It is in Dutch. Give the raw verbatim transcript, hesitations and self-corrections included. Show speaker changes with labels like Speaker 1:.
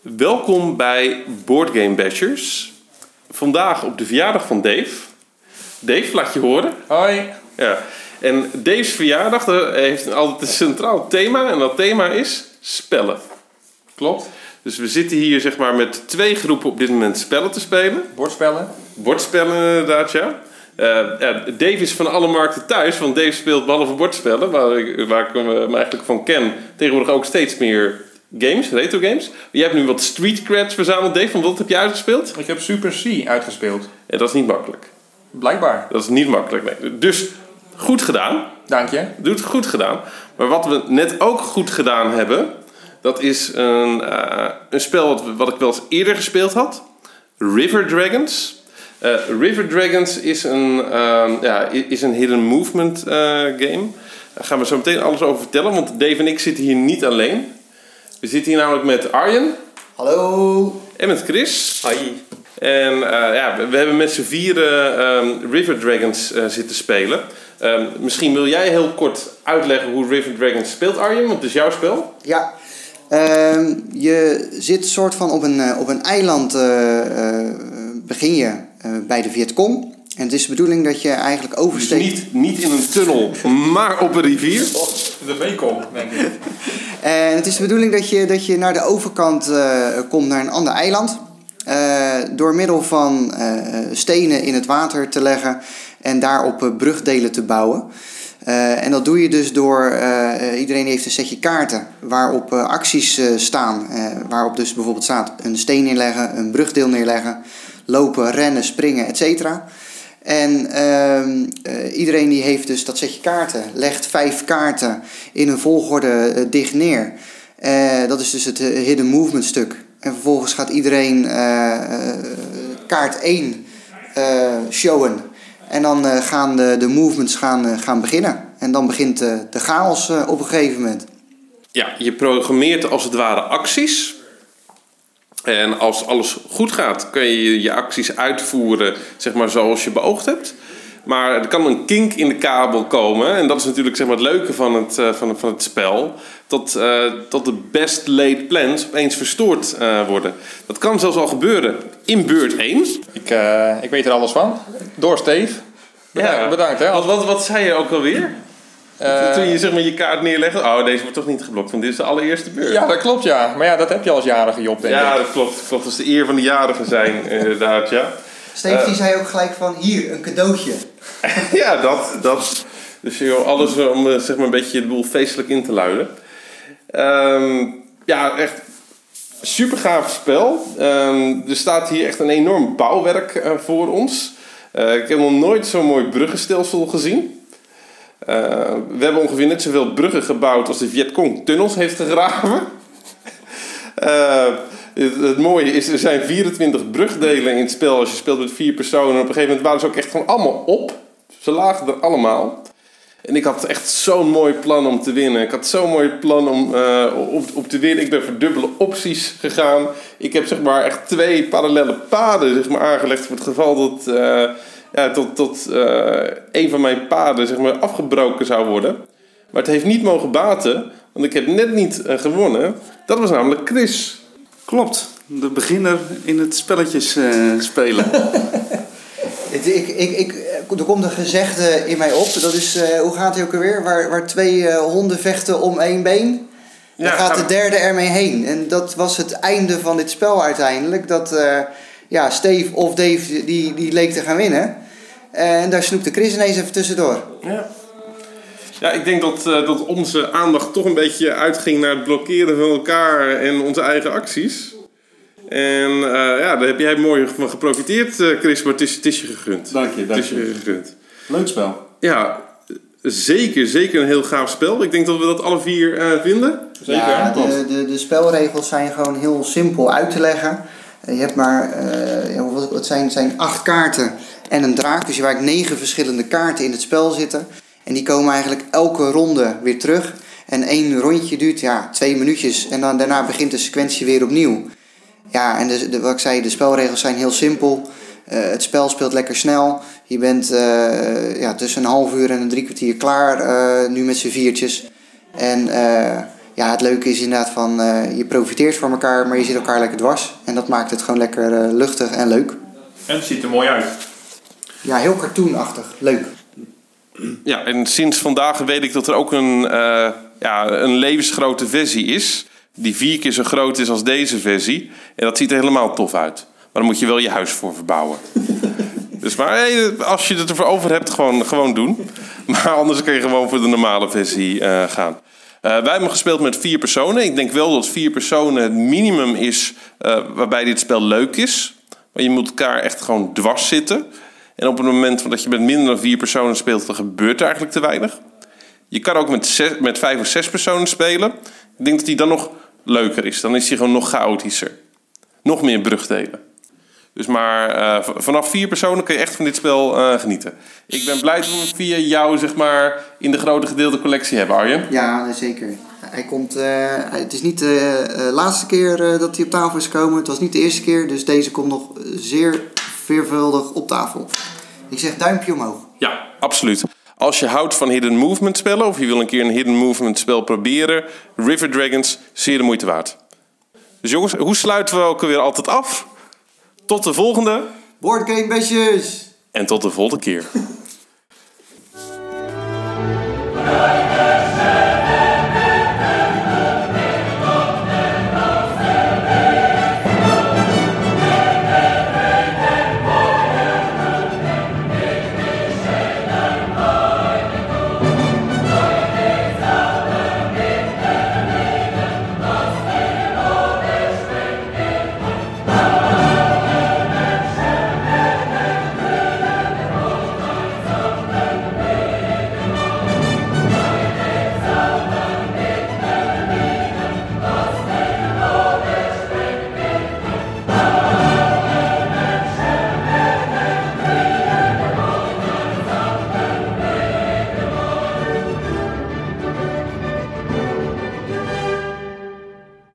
Speaker 1: Welkom bij Board Game Bashers. Vandaag op de verjaardag van Dave. Dave, laat je horen.
Speaker 2: Hoi.
Speaker 1: Ja. En Dave's verjaardag heeft altijd een centraal thema. En dat thema is spellen.
Speaker 2: Klopt.
Speaker 1: Dus we zitten hier zeg maar met twee groepen op dit moment spellen te spelen.
Speaker 2: Bordspellen.
Speaker 1: Bordspellen inderdaad, ja. Uh, ja, Dave is van alle markten thuis, want Dave speelt behalve bordspellen, waar ik, waar ik me eigenlijk van ken, tegenwoordig ook steeds meer games, retro games. Jij hebt nu wat street creds verzameld, Dave. Van wat heb je uitgespeeld?
Speaker 2: Ik heb Super C uitgespeeld.
Speaker 1: En dat is niet makkelijk.
Speaker 2: Blijkbaar.
Speaker 1: Dat is niet makkelijk, nee. Dus goed gedaan.
Speaker 2: Dank je.
Speaker 1: Doet het goed gedaan. Maar wat we net ook goed gedaan hebben, dat is een, uh, een spel wat, wat ik wel eens eerder gespeeld had. River Dragons. Uh, River Dragons is een, uh, ja, is een hidden movement uh, game. Daar gaan we zo meteen alles over vertellen, want Dave en ik zitten hier niet alleen. We zitten hier namelijk met Arjen.
Speaker 3: Hallo.
Speaker 1: En met Chris.
Speaker 3: Hoi.
Speaker 1: En uh, ja, we, we hebben met z'n vieren um, River Dragons uh, zitten spelen. Um, misschien wil jij heel kort uitleggen hoe River Dragons speelt, Arjen, want het is jouw spel.
Speaker 3: Ja. Uh, je zit soort van op een, uh, op een eiland, uh, uh, begin je uh, bij de Vietcong. En het is de bedoeling dat je eigenlijk oversteekt...
Speaker 1: Dus niet, niet in een tunnel, maar op een rivier.
Speaker 2: Oh, de Meekom, denk ik.
Speaker 3: En het is de bedoeling dat je, dat je naar de overkant uh, komt naar een ander eiland. Uh, door middel van uh, stenen in het water te leggen en daarop uh, brugdelen te bouwen. Uh, en dat doe je dus door, uh, iedereen heeft een setje kaarten waarop uh, acties uh, staan. Uh, waarop dus bijvoorbeeld staat een steen neerleggen, een brugdeel neerleggen, lopen, rennen, springen, et cetera. En uh, uh, iedereen die heeft dus dat setje kaarten, legt vijf kaarten in een volgorde uh, dicht neer. Uh, dat is dus het uh, hidden movement stuk. En vervolgens gaat iedereen uh, uh, kaart één uh, showen. En dan uh, gaan de, de movements gaan, uh, gaan beginnen. En dan begint uh, de chaos uh, op een gegeven moment.
Speaker 1: Ja, je programmeert als het ware acties. En als alles goed gaat, kun je je acties uitvoeren, zeg maar zoals je beoogd hebt. Maar er kan een kink in de kabel komen. En dat is natuurlijk zeg maar, het leuke van het, uh, van, van het spel. Dat, uh, dat de best laid plans opeens verstoord uh, worden. Dat kan zelfs al gebeuren in beurt één.
Speaker 2: Ik, uh, ik weet er alles van. Door Steve. Bedankt,
Speaker 1: Ja.
Speaker 2: bedankt hè.
Speaker 1: Wat, wat, wat zei je ook alweer?
Speaker 2: Uh,
Speaker 1: Toen je zeg maar, je kaart neerlegde. Oh, deze wordt toch niet geblokt, want dit is de allereerste beurt.
Speaker 2: Ja, dat klopt ja. Maar ja, dat heb je als jarige Job, denk
Speaker 1: Ja,
Speaker 2: ik.
Speaker 1: dat klopt. Dat klopt. Dat is de eer van de jarigen zijn, inderdaad, ja.
Speaker 3: Steve
Speaker 1: Uh,
Speaker 3: die zei ook gelijk van, hier, een cadeautje.
Speaker 1: Ja, dat, dat. Dus joh, alles om uh, zeg maar een beetje de boel feestelijk in te luiden. Um, ja, echt super gaaf spel. Um, er staat hier echt een enorm bouwwerk uh, voor ons. Uh, ik heb nog nooit zo'n mooi bruggenstelsel gezien. Uh, we hebben ongeveer net zoveel bruggen gebouwd als de Vietcong tunnels heeft gegraven. uh, het, het mooie is, er zijn vierentwintig brugdelen in het spel als je speelt met vier personen. En op een gegeven moment waren ze ook echt gewoon allemaal op. Ze lagen er allemaal. En ik had echt zo'n mooi plan om te winnen. Ik had zo'n mooi plan om uh, op, op te winnen. Ik ben voor dubbele opties gegaan. Ik heb zeg maar echt twee parallele paden zeg maar, aangelegd voor het geval dat... Uh, Ja, tot, tot uh, een van mijn paden zeg maar, afgebroken zou worden. Maar het heeft niet mogen baten, want ik heb net niet uh, gewonnen. Dat was namelijk Chris.
Speaker 4: Klopt, de beginner in het spelletjes uh, spelen.
Speaker 3: ik, ik, ik, ik, er komt een gezegde in mij op. Dat is, uh, hoe gaat het ook alweer? Waar, waar twee uh, honden vechten om één been. Dan
Speaker 1: Ja,
Speaker 3: gaat de derde ermee heen. En dat was het einde van dit spel uiteindelijk. Dat uh, ja, Steve of Dave die, die leek te gaan winnen. En daar snoepte Chris ineens even tussendoor.
Speaker 1: Ja, ja ik denk dat, uh, dat onze aandacht toch een beetje uitging naar het blokkeren van elkaar en onze eigen acties. En uh, ja, daar heb jij mooi van geprofiteerd, uh, Chris, maar het is, het is je gegund.
Speaker 4: Dank je, dank
Speaker 1: het is je gegund.
Speaker 4: Leuk spel.
Speaker 1: Ja, zeker, zeker een heel gaaf spel. Ik denk dat we dat alle vier uh, vinden.
Speaker 2: Zeker.
Speaker 3: Ja, de, de, de spelregels zijn gewoon heel simpel uit te leggen. Je hebt maar, uh, ja, wat, het zijn, zijn acht kaarten en een draak. Dus je hebt negen verschillende kaarten in het spel zitten. En die komen eigenlijk elke ronde weer terug. En één rondje duurt ja, twee minuutjes. En dan, daarna begint de sequentie weer opnieuw. Ja, en de, de, wat ik zei, de spelregels zijn heel simpel. Uh, het spel speelt lekker snel. Je bent uh, ja, tussen een half uur en een drie kwartier klaar. Uh, nu met z'n viertjes. En uh, ja, het leuke is inderdaad van uh, je profiteert van elkaar, maar je zit elkaar lekker dwars. En dat maakt het gewoon lekker uh, luchtig en leuk.
Speaker 2: En het ziet er mooi uit.
Speaker 3: Ja, heel cartoonachtig. Leuk.
Speaker 1: Ja, en sinds vandaag weet ik dat er ook een, uh, ja, een levensgrote versie is. Die vier keer zo groot is als deze versie. En dat ziet er helemaal tof uit. Maar dan moet je wel je huis voor verbouwen. Dus maar hey, als je het ervoor over hebt, gewoon, gewoon doen. Maar anders kun je gewoon voor de normale versie uh, gaan. Uh, wij hebben gespeeld met vier personen. Ik denk wel dat vier personen het minimum is uh, waarbij dit spel leuk is. Maar je moet elkaar echt gewoon dwars zitten. En op het moment dat je met minder dan vier personen speelt, dan gebeurt er eigenlijk te weinig. Je kan ook met, zes, met vijf of zes personen spelen. Ik denk dat die dan nog leuker is. Dan is die gewoon nog chaotischer. Nog meer brugdelen. Dus maar uh, vanaf vier personen kun je echt van dit spel uh, genieten. Ik ben blij dat we via jou zeg maar in de grote gedeelde collectie hebben, Arjen.
Speaker 3: Ja, zeker. Hij komt, uh, het is niet de uh, laatste keer uh, dat hij op tafel is gekomen. Het was niet de eerste keer, dus deze komt nog zeer veelvuldig op tafel. Ik zeg duimpje omhoog.
Speaker 1: Ja, absoluut. Als je houdt van hidden movement spellen of je wil een keer een hidden movement spel proberen, River Dragons, zeer de moeite waard. Dus jongens, hoe sluiten we ook weer altijd af? Tot de volgende.
Speaker 3: Boardgamebestjes!
Speaker 1: En tot de volgende keer.